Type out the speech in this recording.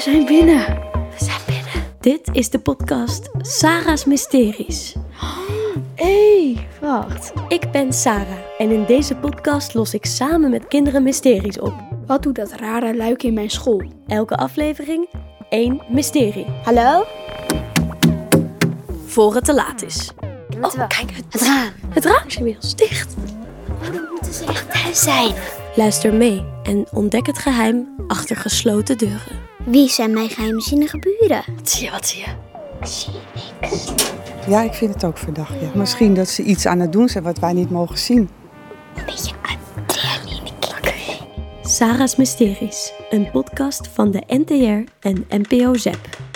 zijn binnen. We zijn binnen. Dit is de podcast Sarah's Mysteries. Hé, wacht. Ik ben Sarah en in deze podcast los ik samen met kinderen mysteries op. Wat doet dat rare luik in mijn school? Elke aflevering 1 mysterie. Hallo? Voor het te laat is. Kijk, het raam. Het raam is inmiddels dicht. Dan moeten ze echt thuis zijn. Luister mee en ontdek het geheim achter gesloten deuren. Wie zijn mijn geheimzinnige buren? Wat zie je? Ik zie niks. Ja, ik vind het ook verdacht, ja. Misschien dat ze iets aan het doen zijn wat wij niet mogen zien. Een beetje adrenaline kick. Sarah's Mysteries, een podcast van de NTR en NPO ZEP.